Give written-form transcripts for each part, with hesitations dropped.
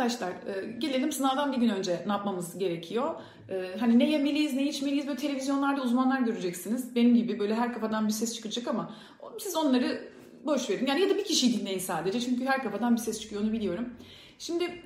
arkadaşlar gelelim sınavdan bir gün önce ne yapmamız gerekiyor? Hani ne yemeliyiz, ne içmeliyiz, böyle televizyonlarda uzmanlar göreceksiniz. Benim gibi böyle her kafadan bir ses çıkacak ama siz onları boş verin. Yani ya da bir kişiyi dinleyin sadece, çünkü her kafadan bir ses çıkıyor, onu biliyorum. Şimdi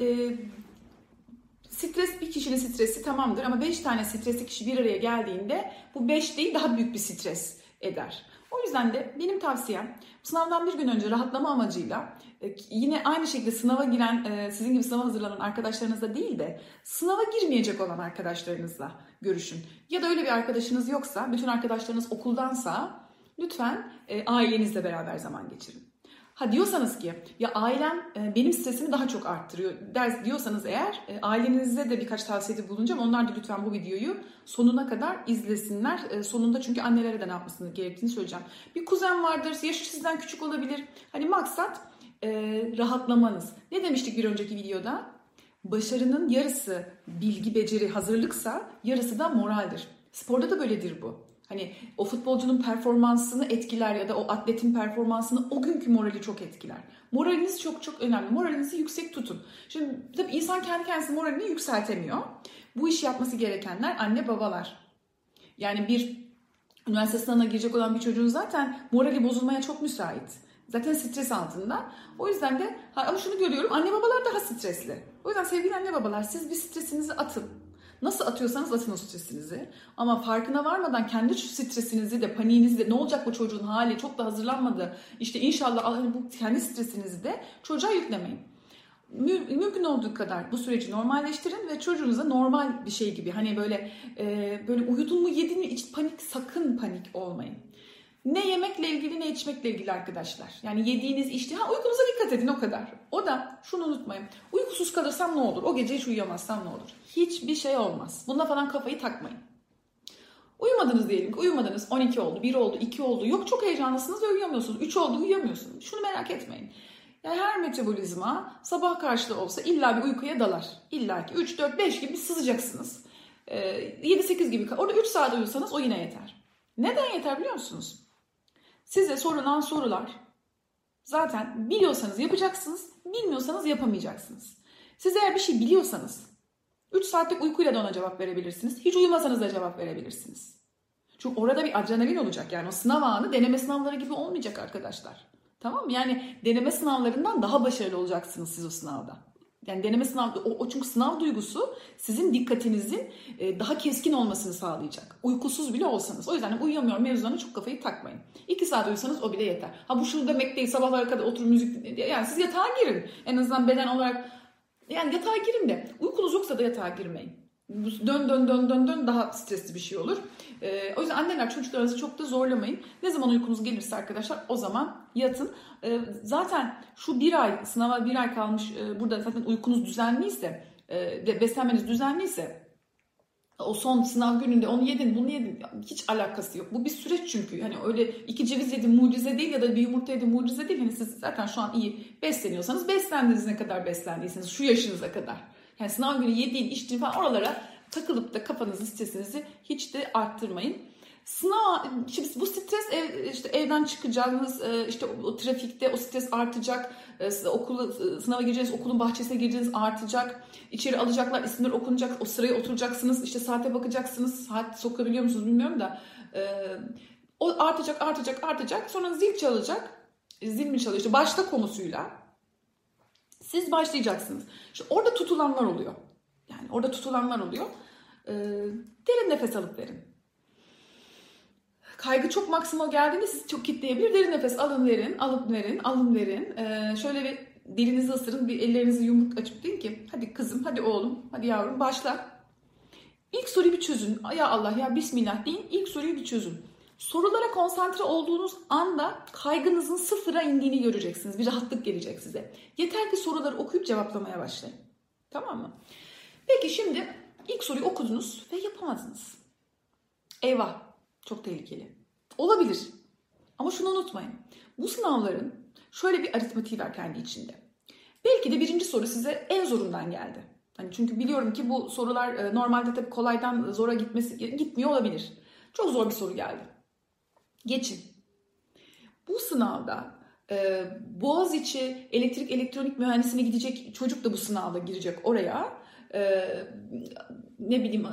stres, bir kişinin stresi tamamdır ama 5 tane stresli kişi bir araya geldiğinde bu 5 değil daha büyük bir stres eder. O yüzden de benim tavsiyem sınavdan bir gün önce rahatlama amacıyla yine aynı şekilde sınava giren, sizin gibi sınava hazırlanan arkadaşlarınızla değil de sınava girmeyecek olan arkadaşlarınızla görüşün. Ya da öyle bir arkadaşınız yoksa, bütün arkadaşlarınız okuldansa lütfen ailenizle beraber zaman geçirin. Ha diyorsanız ki ya ailem benim stresimi daha çok arttırıyor diyorsanız eğer, ailenize de birkaç tavsiyede bulunacağım. Onlar da lütfen bu videoyu sonuna kadar izlesinler. Sonunda çünkü annelere de ne yapmasını gerektiğini söyleyeceğim. Bir kuzen vardır, yaşı sizden küçük olabilir. Hani maksat rahatlamanız. Ne demiştik bir önceki videoda? Başarının yarısı bilgi, beceri, hazırlıksa yarısı da moraldir. Sporda da böyledir bu. Hani o futbolcunun performansını etkiler ya da o atletin performansını, o günkü morali çok etkiler. Moraliniz çok çok önemli. Moralinizi yüksek tutun. Şimdi tabii insan kendi kendisine moralini yükseltemiyor. Bu işi yapması gerekenler anne babalar. Yani bir üniversite sınavına girecek olan bir çocuğun zaten morali bozulmaya çok müsait. Zaten stres altında. O yüzden de ama şunu görüyorum, anne babalar daha stresli. O yüzden sevgili anne babalar, siz bir stresinizi atın. Nasıl atıyorsanız atın o stresinizi. Ama farkına varmadan kendi stresinizi de, paniğinizi de, ne olacak bu çocuğun hali, çok da hazırlanmadı, İşte inşallah bu kendi stresinizi de çocuğa yüklemeyin. Mümkün olduğu kadar bu süreci normalleştirin ve çocuğunuza normal bir şey gibi, hani böyle uyudun mu, yedin mi, hiç panik, sakın panik olmayın. Ne yemekle ilgili ne içmekle ilgili arkadaşlar. Yani yediğiniz, uykunuza dikkat edin, o kadar. O da şunu unutmayın. Uykusuz kalırsam ne olur? O gece hiç uyuyamazsam ne olur? Hiçbir şey olmaz. Buna falan kafayı takmayın. Uyumadınız diyelim ki, uyumadınız. 12 oldu, 1 oldu, 2 oldu. Yok çok heyecanlısınız ve uyuyamıyorsunuz. 3 oldu, uyuyamıyorsunuz. Şunu merak etmeyin. Yani her metabolizma sabah karşılığı olsa illa bir uykuya dalar. İlla ki 3, 4, 5 gibi sızacaksınız. 7, 8 gibi. Orada 3 saat uyusanız o yine yeter. Neden yeter biliyor musunuz? Size sorulan sorular zaten biliyorsanız yapacaksınız, bilmiyorsanız yapamayacaksınız. Siz eğer bir şey biliyorsanız 3 saatlik uykuyla da ona cevap verebilirsiniz. Hiç uyumasanız da cevap verebilirsiniz. Çünkü orada bir adrenalin olacak. Yani o sınav anı deneme sınavları gibi olmayacak arkadaşlar. Tamam mı? Yani deneme sınavlarından daha başarılı olacaksınız siz o sınavda. Yani deneme sınavı, çünkü sınav duygusu sizin dikkatinizin daha keskin olmasını sağlayacak. Uykusuz bile olsanız. O yüzden uyuyamıyorum mevzularına çok kafayı takmayın. 2 saat uyusanız o bile yeter. Ha bu şu demek değil, sabahlara kadar oturun müzik. Yani siz yatağa girin. En azından beden olarak. Yani yatağa girin de. Uykunuz yoksa da yatağa girmeyin. Dön daha stresli bir şey olur. O yüzden anneler çocuklarınızı çok da zorlamayın. Ne zaman uykunuz gelirse arkadaşlar o zaman yatın. Zaten şu sınava bir ay kalmış, burada zaten uykunuz düzenliyse, beslenmeniz düzenliyse, o son sınav gününde onu yedin, bunu yedin, hiç alakası yok. Bu bir süreç çünkü. Hani öyle 2 ceviz yedin mucize değil ya da bir yumurta yedin mucize değil. Hani siz zaten şu an iyi besleniyorsanız, beslendiğiniz ne kadar beslendiyseniz şu yaşınıza kadar. Yani sınav günü yediğin, içtiğin falan oralara takılıp da kafanızı, stresinizi hiç de arttırmayın. Şimdi bu stres işte evden çıkacağınız, işte o trafikte o stres artacak, sınava gireceğiniz okulun bahçesine gireceğiniz artacak, içeri alacaklar, isimler okunacak, o sıraya oturacaksınız, işte saate bakacaksınız, saat sokabiliyor musunuz bilmiyorum da o artacak, sonra zil çalacak, zil mi çalıyor, işte başta konusuyla siz başlayacaksınız. İşte orada tutulanlar oluyor. Derin nefes alıp verin. Kaygı çok maksimum geldiğinde sizi çok kitleyebilir. Derin nefes alın verin, alın verin. Şöyle bir dilinizi ısırın, bir ellerinizi yumruk açıp deyin ki hadi kızım, hadi oğlum, hadi yavrum başla. İlk soruyu bir çözün. Ya Allah, ya Bismillah deyin. İlk soruyu bir çözün. Sorulara konsantre olduğunuz anda kaygınızın sıfıra indiğini göreceksiniz. Bir rahatlık gelecek size. Yeter ki soruları okuyup cevaplamaya başlayın. Tamam mı? Peki şimdi ilk soruyu okudunuz ve yapamadınız. Eyvah, çok tehlikeli. Olabilir. Ama şunu unutmayın. Bu sınavların şöyle bir aritmatiği var kendi içinde. Belki de birinci soru size en zorundan geldi. Hani çünkü biliyorum ki bu sorular normalde tabii kolaydan zora gitmiyor olabilir. Çok zor bir soru geldi. Geçin. Bu sınavda Boğaziçi elektrik elektronik mühendisliğine gidecek çocuk da bu sınavda girecek oraya. Ne bileyim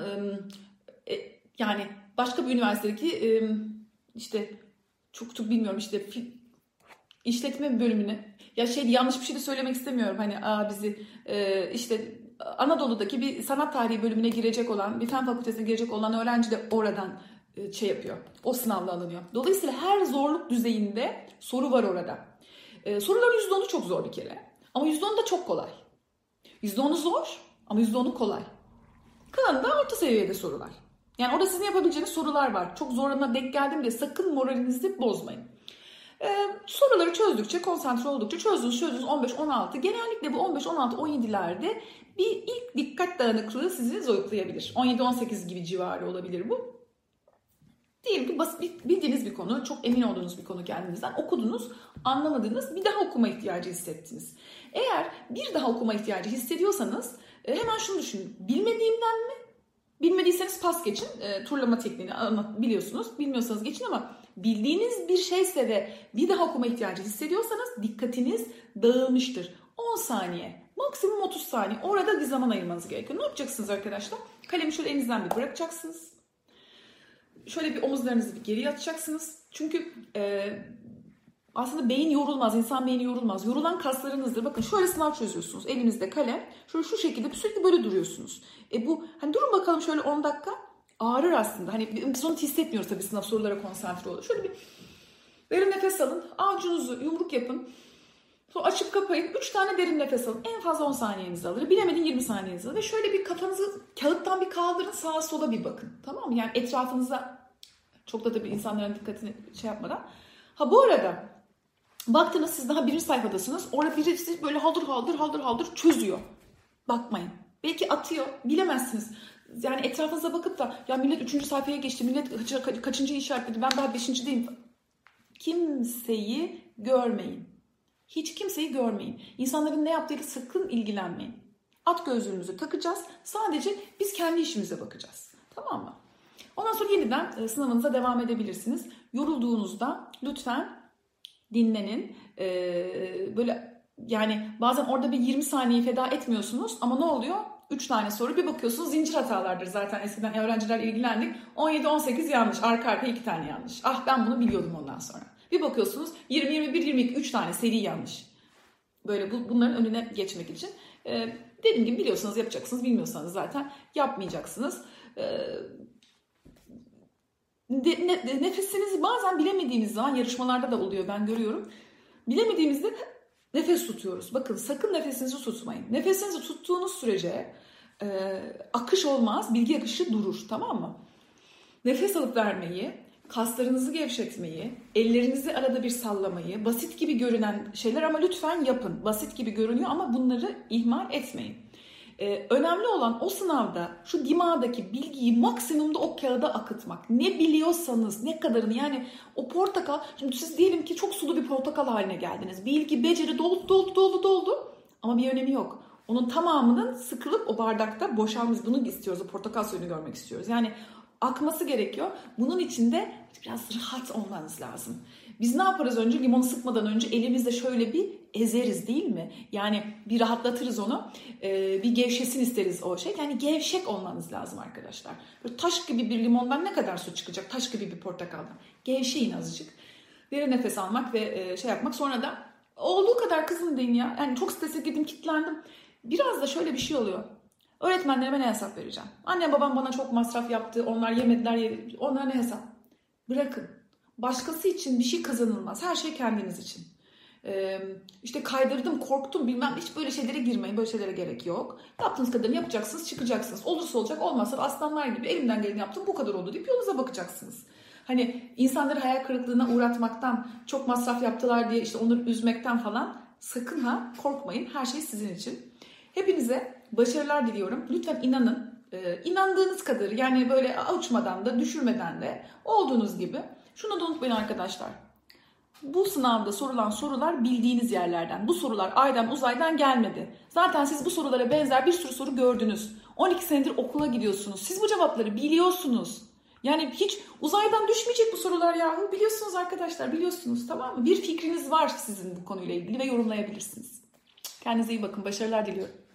yani başka bir üniversitedeki işte çok bilmiyorum işte işletme bölümüne ya yanlış bir şey de söylemek istemiyorum hani bizi işte Anadolu'daki bir sanat tarihi bölümüne girecek olan bir fen fakültesine girecek olan öğrenci de oradan yapıyor. O sınavla alınıyor. Dolayısıyla her zorluk düzeyinde soru var orada. Soruların %10'u çok zor bir kere. Ama %10'u da çok kolay. %10'u zor ama %10'u kolay. Kalanında orta seviyede sorular. Yani orada sizin yapabileceğiniz sorular var. Çok zoruna denk geldim diye sakın moralinizi bozmayın. Soruları çözdükçe, konsantre oldukça çözdünüz 15-16. Genellikle bu 15-16-17'lerde bir ilk dikkat dağınıklığı sizi zoyuklayabilir. 17-18 gibi civarı olabilir bu. Diyelim ki basit bildiğiniz bir konu, çok emin olduğunuz bir konu kendinizden okudunuz, anlamadınız, bir daha okuma ihtiyacı hissettiniz. Eğer bir daha okuma ihtiyacı hissediyorsanız hemen şunu düşünün. Bilmediğimden mi? Bilmediyseniz pas geçin. Turlama tekniğini biliyorsunuz. Bilmiyorsanız geçin ama bildiğiniz bir şeyse ve bir daha okuma ihtiyacı hissediyorsanız dikkatiniz dağılmıştır. 10 saniye, maksimum 30 saniye orada bir zaman ayırmanız gerekiyor. Ne yapacaksınız arkadaşlar? Kalemi şöyle elinizden bir bırakacaksınız. Şöyle bir omuzlarınızı bir geriye atacaksınız. Çünkü aslında beyin yorulmaz, insan beyni yorulmaz. Yorulan kaslarınızdır. Bakın şöyle sınav çözüyorsunuz. Elinizde kalem. Şöyle şu şekilde sürekli böyle duruyorsunuz. Bu hani durun bakalım şöyle 10 dakika. Ağrır aslında. Hani biz onu hissetmiyoruz tabii sınav sorulara konsantre olun. Şöyle bir derin nefes alın. Avucunuzu yumruk yapın. Sonra açıp kapayın. 3 tane derin nefes alın. En fazla 10 saniyenizi alır. Bilemedin 20 saniyenizi alır. Ve şöyle bir kafanızı kağıttan bir kaldırın. Sağa sola bir bakın. Tamam mı? Yani etrafınıza çok da tabii insanların dikkatini yapmadan. Bu arada baktınız siz daha birinci sayfadasınız. Orada birisi böyle haldır çözüyor. Bakmayın. Belki atıyor. Bilemezsiniz. Yani etrafınıza bakıp da ya millet 3. sayfaya geçti. Millet kaçıncı işaretledi. Ben daha 5.'deyim. Kimseyi görmeyin. Hiç kimseyi görmeyin. İnsanların ne yaptığıyla sakın ilgilenmeyin. At gözlüğümüzü takacağız. Sadece biz kendi işimize bakacağız. Tamam mı? Ondan sonra yeniden sınavınıza devam edebilirsiniz. Yorulduğunuzda lütfen dinlenin. Böyle yani bazen orada bir 20 saniye feda etmiyorsunuz ama ne oluyor? 3 tane soru bir bakıyorsunuz zincir hatalardır zaten eskiden öğrenciler ilgilendik. 17-18 yanlış, arka arkaya 2 tane yanlış. Ben bunu biliyordum ondan sonra. Bir bakıyorsunuz 20-21-22 3 tane seri yanlış. Böyle bunların önüne geçmek için. Dediğim gibi biliyorsanız yapacaksınız, bilmiyorsanız zaten yapmayacaksınız. Nefesinizi bazen bilemediğimiz zaman yarışmalarda da oluyor ben görüyorum. Bilemediğimizde nefes tutuyoruz. Bakın sakın nefesinizi tutmayın. Nefesinizi tuttuğunuz sürece akış olmaz, bilgi akışı durur, tamam mı? Nefes alıp vermeyi, kaslarınızı gevşetmeyi, ellerinizi arada bir sallamayı, basit gibi görünen şeyler ama lütfen yapın. Basit gibi görünüyor ama bunları ihmal etmeyin. Önemli olan o sınavda şu dimağdaki bilgiyi maksimumda o kağıda akıtmak. Ne biliyorsanız ne kadarını yani o portakal, şimdi siz diyelim ki çok sulu bir portakal haline geldiniz. Bilgi, beceri doldu ama bir önemi yok. Onun tamamının sıkılıp o bardakta boşalmış. Bunu istiyoruz, o portakal suyunu görmek istiyoruz. Yani akması gerekiyor. Bunun için de biraz rahat olmanız lazım. Biz ne yaparız önce? Limonu sıkmadan önce elimizle şöyle bir ezeriz değil mi? Yani bir rahatlatırız onu. Bir gevşesin isteriz o şey. Yani gevşek olmanız lazım arkadaşlar. Böyle taş gibi bir limondan ne kadar su çıkacak? Taş gibi bir portakaldan. Gevşeyin azıcık. Derin nefes almak ve yapmak. Sonra da olduğu kadar kızın deyin ya. Yani çok strese girdim, kilitlendim. Biraz da şöyle bir şey oluyor. Öğretmenlerime ne hesap vereceğim? Annem babam bana çok masraf yaptı. Onlar yemediler. Onlara ne hesap? Bırakın. Başkası için bir şey kazanılmaz. Her şey kendiniz için. İşte kaydırdım, korktum bilmem hiç böyle şeylere girmeyin. Böyle şeylere gerek yok. Yaptığınız kadarını yapacaksınız, çıkacaksınız. Olursa olacak, olmazsa aslanlar gibi elimden geleni yaptım, bu kadar oldu deyip yolunuza bakacaksınız. Hani insanları hayal kırıklığına uğratmaktan, çok masraf yaptılar diye işte onları üzmekten falan sakın korkmayın. Her şey sizin için. Hepinize başarılar diliyorum. Lütfen inanın. İnandığınız kadar yani böyle uçmadan da düşürmeden de olduğunuz gibi. Şunu da unutmayın arkadaşlar. Bu sınavda sorulan sorular bildiğiniz yerlerden. Bu sorular aydan uzaydan gelmedi. Zaten siz bu sorulara benzer bir sürü soru gördünüz. 12 senedir okula gidiyorsunuz. Siz bu cevapları biliyorsunuz. Yani hiç uzaydan düşmeyecek bu sorular yahu. Biliyorsunuz arkadaşlar, biliyorsunuz, tamam mı? Bir fikriniz var sizin bu konuyla ilgili ve yorumlayabilirsiniz. Kendinize iyi bakın. Başarılar diliyorum.